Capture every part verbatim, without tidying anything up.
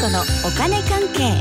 子のお金関係。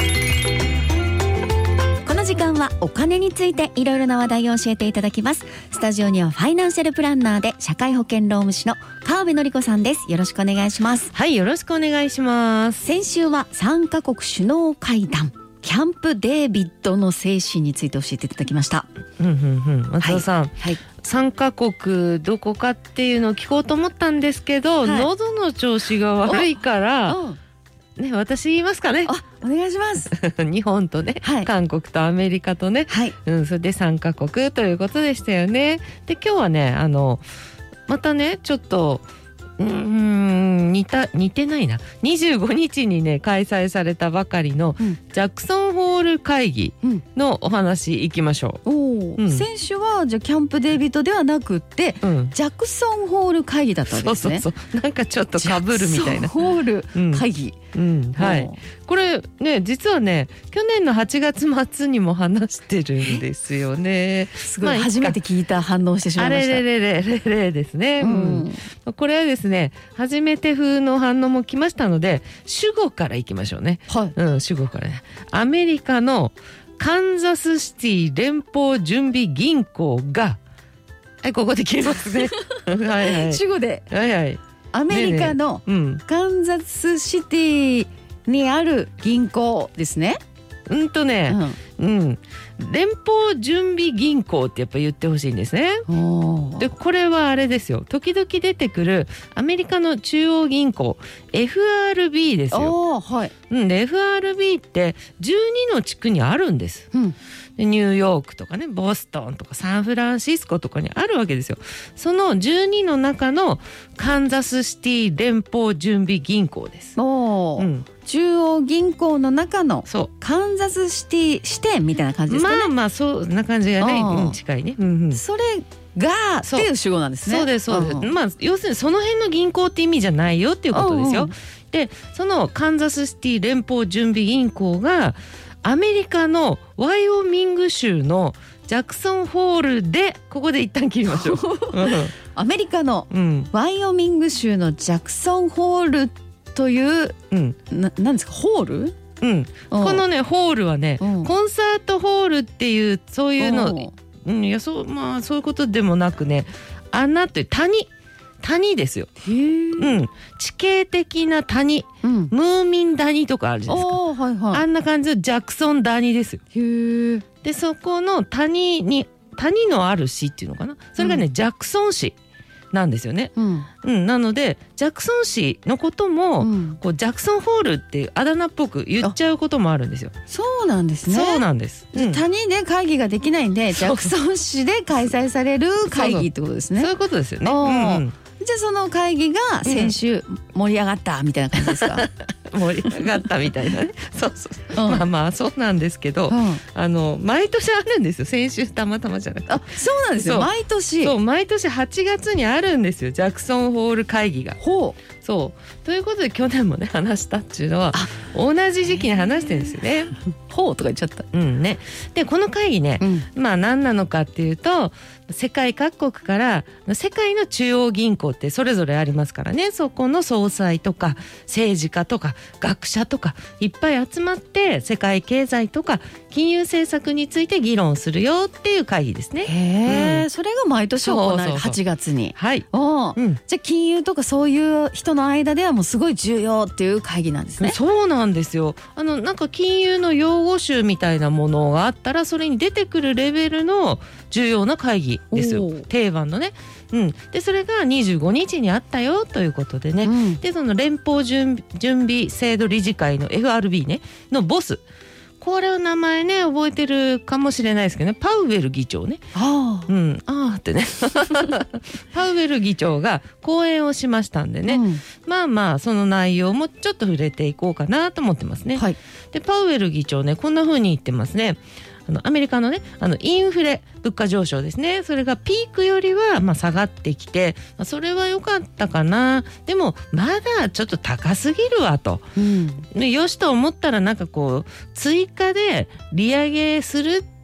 この時間はお金についていろいろな話題を教えていただきます。スタジオにはファイナンシャルプランナーで社会保険労務士の川辺典子さんです。よろしくお願いします。 はい、よろしくお願いします。 先週はさんカ国首脳会談キャンプデービッドの精神について教えていただきました。 うんうんうん、松田さん、はいはい、 さんカ国どこかっていうのを聞こうと思ったんですけど、はい、喉の調子が悪いからね、私言いますかね。 あ、お願いします日本とね、はい、韓国とアメリカとね、はい、うん、それでさんカ国ということでしたよね。で、今日はね、あのまたねちょっとうーん似た似てないなにじゅうごにちにね開催されたばかりのジャクソンホール会議のお話いきましょう。 お、うん、先週はじゃあキャンプデービッドではなくって、うん、ジャクソンホール会議だったんですね。 そうそうそう、なんかちょっと被るみたいな。 ジャクソンホール会議、 うんうん、はい、これね実はね去年のはちがつ末にも話してるんですよね。 すごい、まあ、初めて聞いた反応してしまいました。 あれれれれれれですね、うんうん、これはですね初めて風の反応も来ましたので主語からいきましょうね。はい、うん、主語からね。アメリカのカンザスシティ連邦準備銀行が、はい、ここで切りますね。はいはい、 主語で、はいはい、アメリカのカンザスシティにある銀行ですね。 うんとね、うん、うん、連邦準備銀行ってやっぱ言ってほしいんですね。で、これはあれですよ、時々出てくるアメリカの中央銀行 エフアールビー ですよ。はい、うん、で エフアールビー ってじゅうにの地区にあるんです、うん、でニューヨークとかねボストンとかサンフランシスコとかにあるわけですよ。そのじゅうにの中のカンザスシティ連邦準備銀行です。お、うん、 中央銀行の中のカンザスシティ支店みたいな感じですかね。 まあまあそんな感じがね、うん、近いね、うんうん、 それがっていう主語なんですね。 そうですそうです、うん、まあ要するにその辺の銀行って意味じゃないよっていうことですよ。うんうん、でそのカンザスシティ連邦準備銀行がアメリカのワイオミング州のジャクソンホールでここで一旦切りましょう。 アメリカのワイオミング州のジャクソンホールという、うん、ななんですかホール、うん、 このねホールはね、うん、コンサートホールっていうそういうの、うん、いやそうまあそういうことでもなくね、穴という谷谷ですよ。へー、うん、地形的な谷、うん、ムーミン谷とかあるじゃないですか。あ、はいはい、あんな感じのジャクソン谷ですよ。へー、でそこの谷に谷のある市っていうのかな、それがね、うん、ジャクソン市なんですよね。うんうん、なのでジャクソン市のことも、うん、こうジャクソンホールっていうあだ名っぽく言っちゃうこともあるんですよ。 そうなんですね。 そうなんです、うん、 谷で会議ができないんでジャクソン市で開催される会議ってことですね。 そういうことですよね。うんうん、 じゃあその会議が先週盛り上がったみたいな感じですか。 うん、盛り上がったみたいなね。そうそう、うん、まあまあそうなんですけど、うん、あの毎年あるんですよ。先週たまたまじゃなくて。あ、 そうなんですよ。毎年。 そう、毎年はちがつにあるんですよ、ジャクソンホール会議が。ほう。そうということで去年もね話したっていうのは同じ時期に話してるんですよね。 ほうとか言っちゃった。 うんね。でこの会議ね、うん、まあ何なのかっていうと、世界各国から世界の中央銀行ってそれぞれありますからね、そこの総裁とか政治家とか学者とかいっぱい集まって世界経済とか金融政策について議論するよっていう会議ですね。 へー、うん、それが毎年行われるはちがつに。はい、お、うん、じゃあ金融とかそういう人の間ではもうすごい重要っていう会議なんですね。 そうなんですよ。あのなんか金融の用語集みたいなものがあったらそれに出てくるレベルの重要な会議ですよ、定番のね。うん、でそれがにじゅうごにちにあったよということでね、うん、でその連邦準備制度理事会の エフアールビー ねのボス、これを名前ね覚えてるかもしれないですけどね、パウエル議長ね。ああ、うん、ああってねパウエル議長が講演をしましたんでね、うん、まあまあその内容もちょっと触れていこうかなと思ってますね。はい、でパウエル議長ねこんな風に言ってますね。あのアメリカのねあのインフレ物価上昇ですね、それがピークよりはまあ下がってきて、まあ、それは良かったかな。でもまだちょっと高すぎるわと、うん、よしと思ったらなんかこう追加で利上げするっ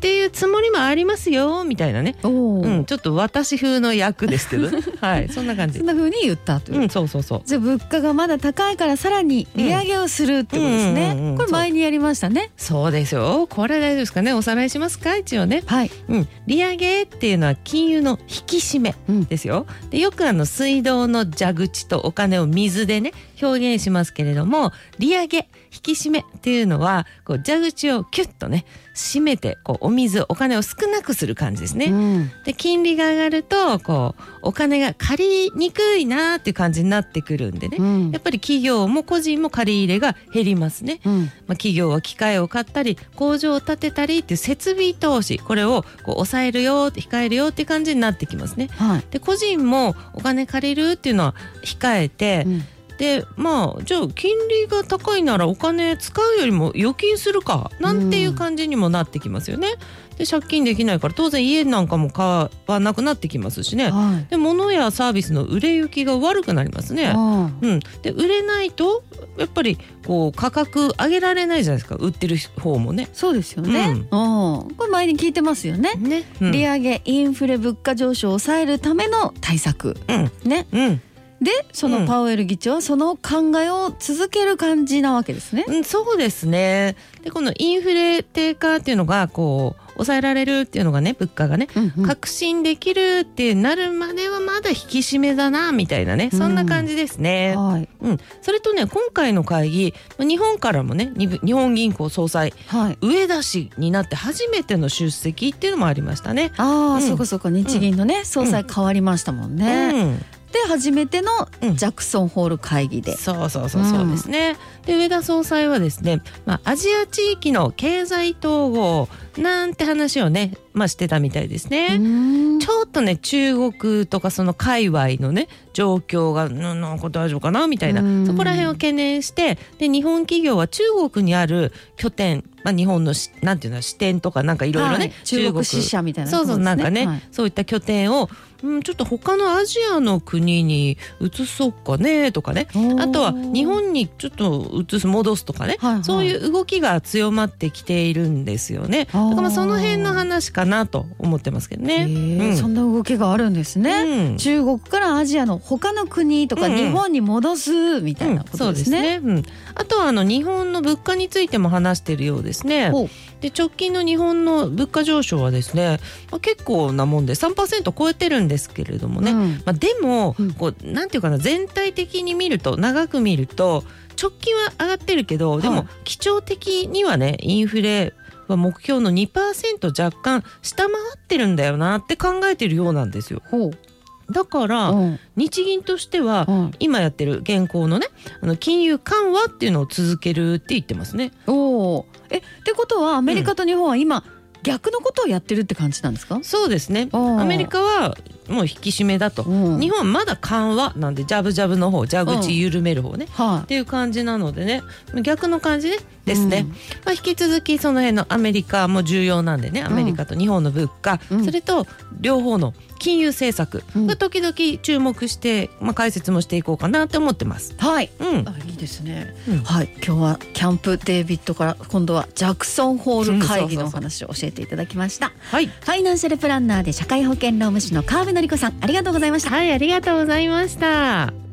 っていうつもりもありますよみたいなね、うん、ちょっと私風の役ですけどねはいそんな感じ、 そんな風に言ったという、 うん、そうそうそう。 じゃあ物価がまだ高いからさらに利上げをするってことですね、うんうんうんうん、これ前にやりましたね。 そうですよ。これ大丈夫ですかね。おさらいしますか一応ね、 はい、 うん、利上げっていうのは金融の引き締めですよ、うん、でよくあの水道の蛇口とお金を水でね表現しますけれども、利上げ引き締めっていうのはこう蛇口をキュッとね締めてこうお水お金を少なくする感じですね、うん、で金利が上がるとこうお金が借りにくいなっていう感じになってくるんでね、うん、やっぱり企業も個人も借り入れが減りますね、うん、まあ、企業は機械を買ったり工場を建てたりっていう設備投資、これをこう抑えるよ控えるよっていう感じになってきますね、はい、で個人もお金借りるっていうのは控えて、うん、でまあじゃあ金利が高いならお金使うよりも預金するかなんていう感じにもなってきますよね、うん、で借金できないから当然家なんかも買わなくなってきますしね、はい、で物やサービスの売れ行きが悪くなりますね、うん、で売れないとやっぱりこう価格上げられないじゃないですか、売ってる方もね。 そうですよね、うん、これ前に聞いてますよね、ね、うん、利上げインフレ物価上昇を抑えるための対策、うん、ね、うん、でそのパウエル議長はその考えを続ける感じなわけですね、 うん、そうですね。でこのインフレ低下っていうのがこう抑えられるっていうのがね、物価がね、うんうん、確信できるってなるまではまだ引き締めだなみたいなね、そんな感じですね、うんはい、うん、それとね今回の会議日本からもね日本銀行総裁、はい、植田氏になって初めての出席っていうのもありましたね。 ああ、うん、そうかそうか、日銀のね、うん、総裁変わりましたもんね、うん、で初めてのジャクソンホール会議で、うん、 そうそうそうそうですね、うん、で植田総裁はですね、まあ、アジア地域の経済統合なんて話をね、まあ、してたみたいですね。ちょっとね中国とかその界隈のね状況がなんか大丈夫かなみたいな、そこら辺を懸念して、で日本企業は中国にある拠点、まあ、日本のなんていうの支店とかなんかいろいろね、はい、 中国支社みたいな、ね、 そうそうなんかね、 はい、 そういった拠点をうん、ちょっと他のアジアの国に移そうかねとかね、あとは日本にちょっと移す戻すとかね、はいはい、そういう動きが強まってきているんですよね。だからまあその辺の話かなと思ってますけどね、 うん、そんな動きがあるんですね、うん、中国からアジアの他の国とか日本に戻すみたいなことですね、 うんうん、そうですね、うん、あとはあの日本の物価についても話しているようですね。で直近の日本の物価上昇はですね、まあ、結構なもんで さんパーセント 超えてるんですけれどもね、うん、まあ、でも、うん、こうなんていうかな、全体的に見ると長く見ると直近は上がってるけど、でも基調的にはねインフレは目標の にパーセント 若干下回ってるんだよなって考えてるようなんですよ。ほうだから、うん、日銀としては、うん、今やってる現行のねあの金融緩和っていうのを続けるって言ってますね。 おえってことはアメリカと日本は今、うん、逆のことをやってるって感じなんですか？ そうですね。アメリカはもう引き締めだと、うん、日本はまだ緩和なんでジャブジャブの方蛇口緩める方ね、うん、っていう感じなのでね、逆の感じねですね、うん、まあ、引き続きその辺のアメリカも重要なんでね、アメリカと日本の物価、うん、それと両方の金融政策が時々注目して、まあ、解説もしていこうかなと思ってます。 はい、うん、あいいですね、うん、はい、今日はキャンプデービッドから今度はジャクソンホール会議のお話を教えていただきました。はい、ファイナンシャルプランナーで社会保険労務士の川辺典子さん、ありがとうございました。 はい、ありがとうございました。